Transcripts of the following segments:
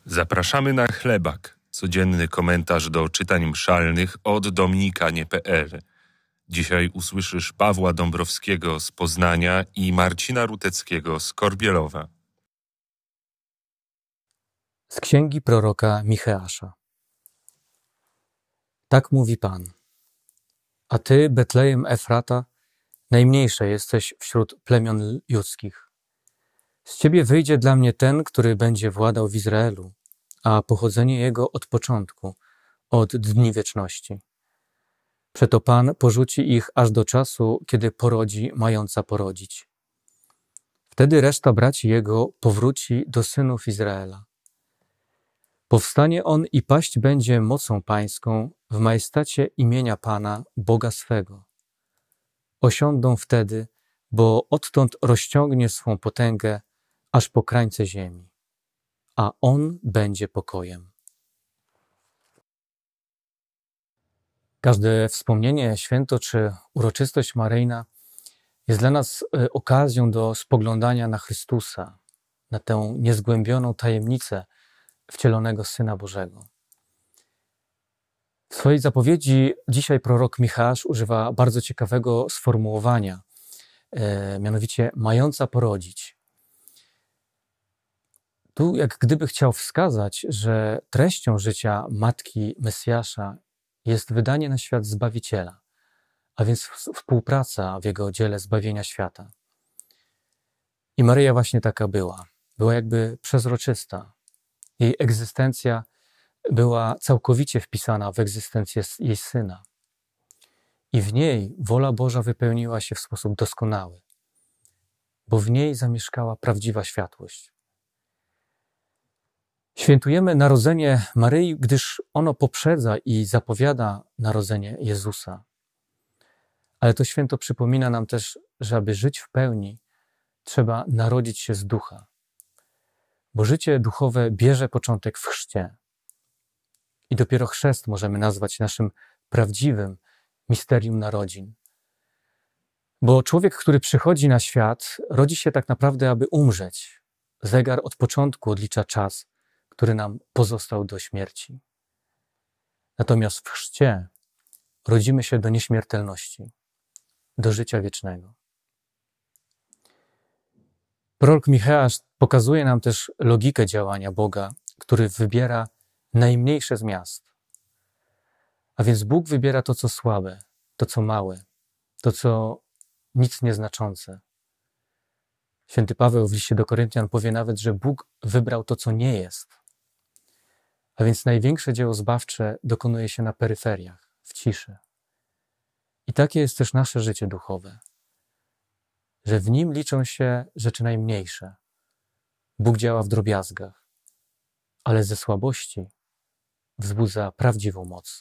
Zapraszamy na Chlebak, codzienny komentarz do czytań mszalnych od dominikanie.pl. Dzisiaj usłyszysz Pawła Dąbrowskiego z Poznania i Marcina Ruteckiego z Korbielowa. Z księgi proroka Micheasza. Tak mówi Pan. A ty, Betlejem Efrata, najmniejsze jesteś wśród plemion judzkich. Z ciebie wyjdzie dla mnie ten, który będzie władał w Izraelu, a pochodzenie jego od początku, od dni wieczności. Przeto Pan porzuci ich aż do czasu, kiedy porodzi mająca porodzić. Wtedy reszta braci jego powróci do synów Izraela. Powstanie on i paść będzie mocą pańską w majestacie imienia Pana, Boga swego. Osiądą wtedy, bo odtąd rozciągnie swą potęgę aż po krańce ziemi, a on będzie pokojem. Każde wspomnienie, święto czy uroczystość maryjna jest dla nas okazją do spoglądania na Chrystusa, na tę niezgłębioną tajemnicę wcielonego Syna Bożego. W swojej zapowiedzi dzisiaj prorok Micheasz używa bardzo ciekawego sformułowania, mianowicie mająca porodzić. Tu jak gdyby chciał wskazać, że treścią życia Matki Mesjasza jest wydanie na świat Zbawiciela, a więc współpraca w Jego dziele zbawienia świata. I Maryja właśnie taka była. Była jakby przezroczysta. Jej egzystencja była całkowicie wpisana w egzystencję jej Syna. I w niej wola Boża wypełniła się w sposób doskonały, bo w niej zamieszkała prawdziwa światłość. Świętujemy narodzenie Maryi, gdyż ono poprzedza i zapowiada narodzenie Jezusa. Ale to święto przypomina nam też, że aby żyć w pełni, trzeba narodzić się z ducha. Bo życie duchowe bierze początek w chrzcie. I dopiero chrzest możemy nazwać naszym prawdziwym misterium narodzin. Bo człowiek, który przychodzi na świat, rodzi się tak naprawdę, aby umrzeć. Zegar od początku odlicza czas, który nam pozostał do śmierci. Natomiast w chrzcie rodzimy się do nieśmiertelności, do życia wiecznego. Prorok Micheasz pokazuje nam też logikę działania Boga, który wybiera najmniejsze z miast. A więc Bóg wybiera to, co słabe, to, co małe, to, co nic nieznaczące. Święty Paweł w liście do Koryntian powie nawet, że Bóg wybrał to, co nie jest. A więc największe dzieło zbawcze dokonuje się na peryferiach, w ciszy. I takie jest też nasze życie duchowe, że w nim liczą się rzeczy najmniejsze. Bóg działa w drobiazgach, ale ze słabości wzbudza prawdziwą moc.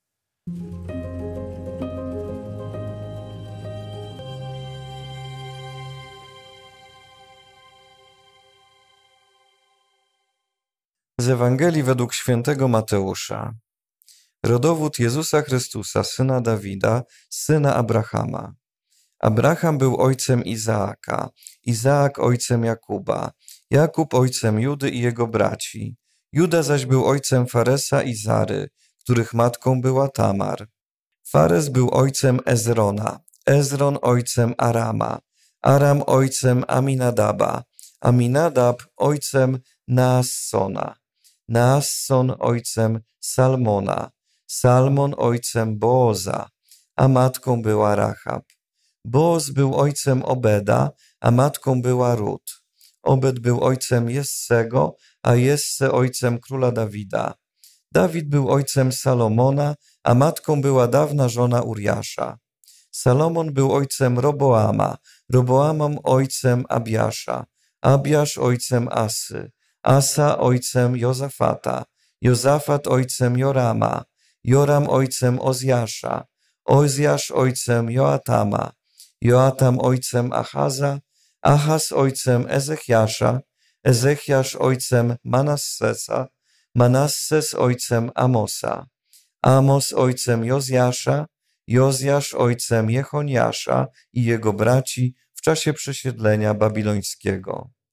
Z Ewangelii według świętego Mateusza. Rodowód Jezusa Chrystusa, syna Dawida, syna Abrahama. Abraham był ojcem Izaaka, Izaak ojcem Jakuba, Jakub ojcem Judy i jego braci. Juda zaś był ojcem Faresa i Zary, których matką była Tamar. Fares był ojcem Ezrona, Ezron ojcem Arama, Aram ojcem Aminadaba, Aminadab ojcem Naassona, Naasson ojcem Salmona, Salmon ojcem Booza, a matką była Rahab. Booz był ojcem Obeda, a matką była Rut. Obed był ojcem Jessego, a Jesse ojcem króla Dawida. Dawid był ojcem Salomona, a matką była dawna żona Uriasza. Salomon był ojcem Roboama, Roboamom ojcem Abiasza, Abiasz ojcem Asy, Asa ojcem Jozafata, Jozafat ojcem Jorama, Joram ojcem Ozjasza, Ozjasz ojcem Joatama, Joatam ojcem Achaza, Achaz ojcem Ezechiasza, Ezechiasz ojcem Manassesa, Manasses ojcem Amosa, Amos ojcem Jozjasza, Jozjasz ojcem Jechoniasza i jego braci w czasie przesiedlenia babilońskiego.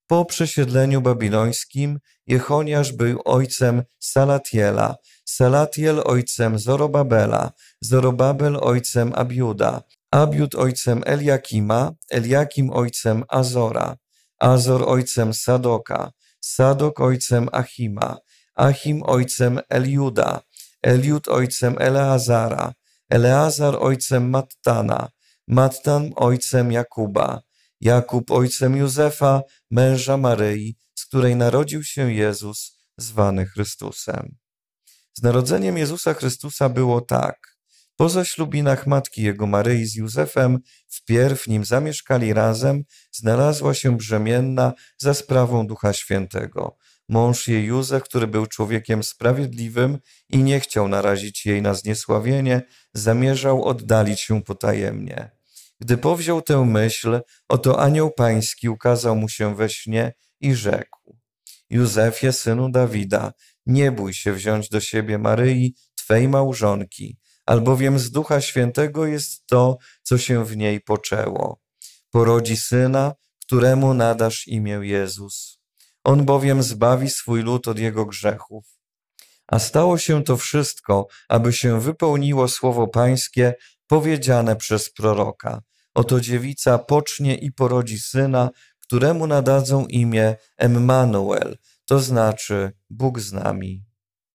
Po przesiedleniu babilońskim Jechoniasz był ojcem Salatiela, Salatiel ojcem Zorobabela, Zorobabel ojcem Abiuda, Abiud ojcem Eliakima, Eliakim ojcem Azora, Azor ojcem Sadoka, Sadok ojcem Achima, Achim ojcem Eliuda, Eliud ojcem Eleazara, Eleazar ojcem Mattana, Mattan ojcem Jakuba, Jakub ojcem Józefa, męża Maryi, z której narodził się Jezus, zwany Chrystusem. Z narodzeniem Jezusa Chrystusa było tak. Po zaślubinach matki jego Maryi z Józefem, wpierw nim zamieszkali razem, znalazła się brzemienna za sprawą Ducha Świętego. Mąż jej Józef, który był człowiekiem sprawiedliwym i nie chciał narazić jej na zniesławienie, zamierzał oddalić się potajemnie. Gdy powziął tę myśl, oto anioł pański ukazał mu się we śnie i rzekł: Józefie, synu Dawida, nie bój się wziąć do siebie Maryi, twej małżonki, albowiem z Ducha Świętego jest to, co się w niej poczęło. Porodzi syna, któremu nadasz imię Jezus. On bowiem zbawi swój lud od jego grzechów. A stało się to wszystko, aby się wypełniło słowo pańskie powiedziane przez proroka. Oto dziewica pocznie i porodzi syna, któremu nadadzą imię Emmanuel, to znaczy Bóg z nami.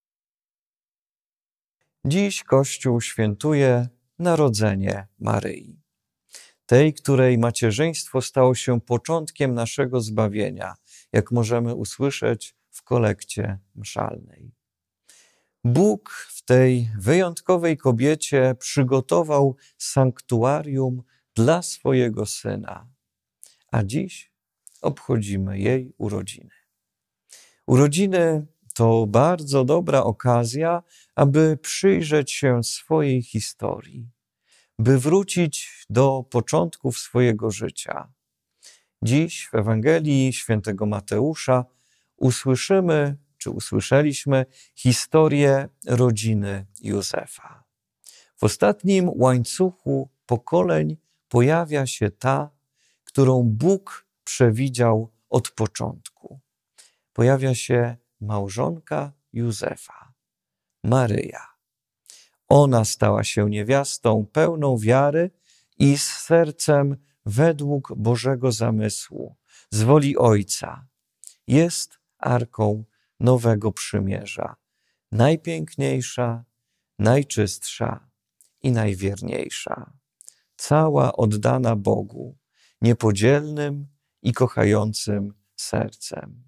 Dziś Kościół świętuje narodzenie Maryi, tej, której macierzyństwo stało się początkiem naszego zbawienia, jak możemy usłyszeć w kolekcie mszalnej. Bóg w tej wyjątkowej kobiecie przygotował sanktuarium dla swojego Syna, a dziś obchodzimy jej urodziny. Urodziny to bardzo dobra okazja, aby przyjrzeć się swojej historii, by wrócić do początków swojego życia. Dziś w Ewangelii Świętego Mateusza usłyszeliśmy historię rodziny Józefa. W ostatnim łańcuchu pokoleń pojawia się ta, którą Bóg przewidział od początku. Pojawia się małżonka Józefa, Maryja. Ona stała się niewiastą pełną wiary i z sercem według Bożego zamysłu, z woli Ojca. Jest arką nowego przymierza, najpiękniejsza, najczystsza i najwierniejsza. Cała oddana Bogu, niepodzielnym i kochającym sercem.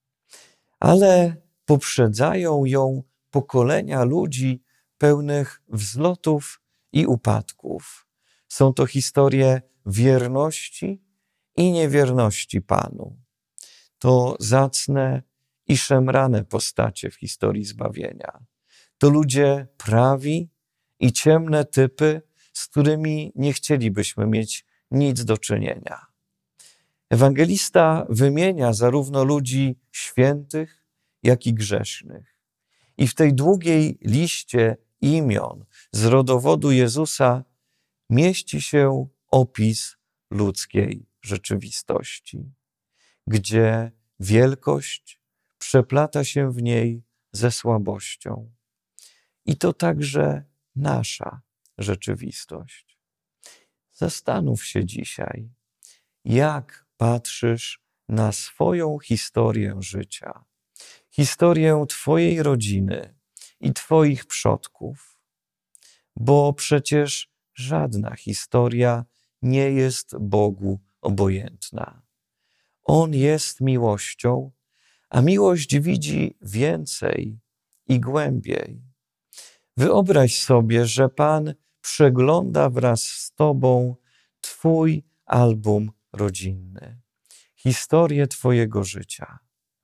Ale poprzedzają ją pokolenia ludzi pełnych wzlotów i upadków. Są to historie wierności i niewierności Panu. To zacne i szemrane postacie w historii zbawienia. To ludzie prawi i ciemne typy, z którymi nie chcielibyśmy mieć nic do czynienia. Ewangelista wymienia zarówno ludzi świętych, jak i grzesznych. I w tej długiej liście imion z rodowodu Jezusa mieści się opis ludzkiej rzeczywistości, gdzie wielkość przeplata się w niej ze słabością. I to także nasza rzeczywistość. Zastanów się dzisiaj, jak patrzysz na swoją historię życia, historię Twojej rodziny i Twoich przodków, bo przecież żadna historia nie jest Bogu obojętna. On jest miłością, a miłość widzi więcej i głębiej. Wyobraź sobie, że Pan przegląda wraz z Tobą Twój album rodzinny, historię Twojego życia.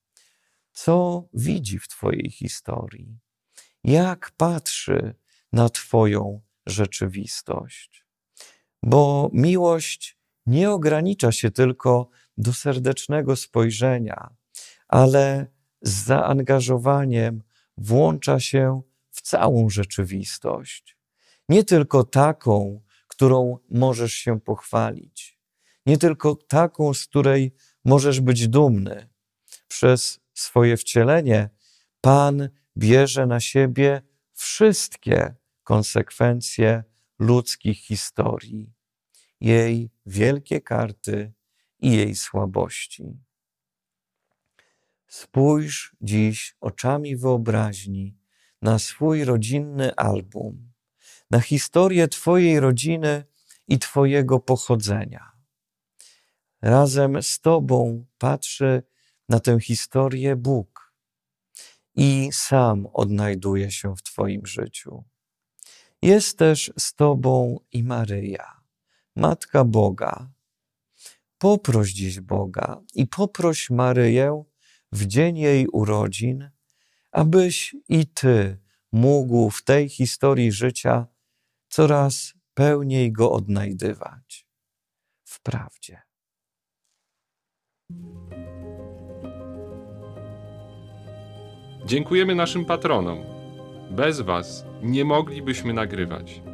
Co widzi w Twojej historii? Jak patrzy na Twoją rzeczywistość? Bo miłość nie ogranicza się tylko do serdecznego spojrzenia, ale z zaangażowaniem włącza się w całą rzeczywistość. Nie tylko taką, którą możesz się pochwalić, nie tylko taką, z której możesz być dumny. Przez swoje wcielenie Pan bierze na siebie wszystkie konsekwencje ludzkich historii, jej wielkie karty i jej słabości. Spójrz dziś oczami wyobraźni na swój rodzinny album, na historię Twojej rodziny i Twojego pochodzenia. Razem z Tobą patrzy na tę historię Bóg i sam odnajduje się w Twoim życiu. Jest też z Tobą i Maryja, Matka Boga. Poproś dziś Boga i poproś Maryję w dzień jej urodzin, abyś i Ty mógł w tej historii życia coraz pełniej Go odnajdywać w prawdzie. Dziękujemy naszym patronom. Bez Was nie moglibyśmy nagrywać.